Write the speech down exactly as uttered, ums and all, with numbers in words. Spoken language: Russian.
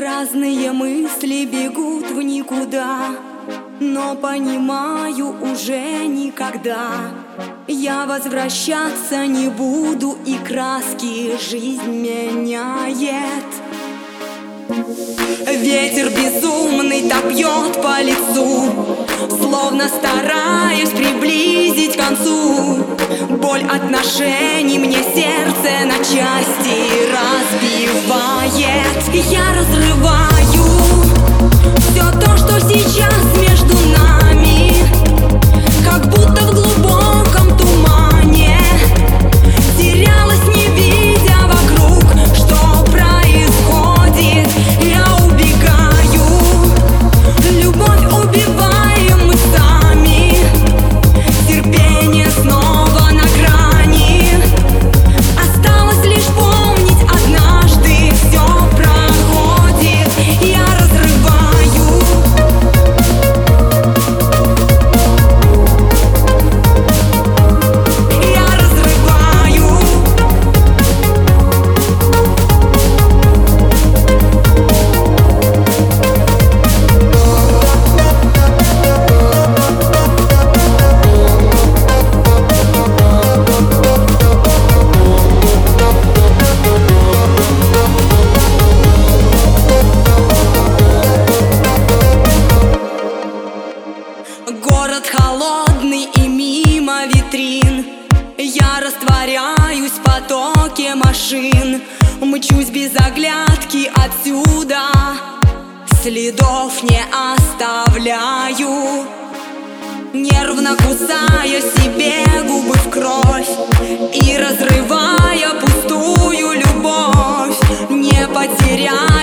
Разные мысли бегут в никуда, но понимаю уже никогда я возвращаться не буду, и краски жизнь меняет. Ветер безумный так бьет по лицу, словно стараясь приблизить к концу. Боль отношений мне сердце на части разбивает. Я разрываю все то, что сейчас между нами, как будто в глубоком тумане терялась, не видя вокруг, что происходит. Я убегаю, любовь убиваем мы сами, терпение снова на грани. Осталось лишь помнить, однажды все проходит. Я разрываю, я разрываю. Город холодный и мимо витрин я растворяюсь в потоке машин. Мчусь без оглядки отсюда, следов не оставляю, нервно кусая себе губы в кровь и разрывая пустую любовь. Не потеряю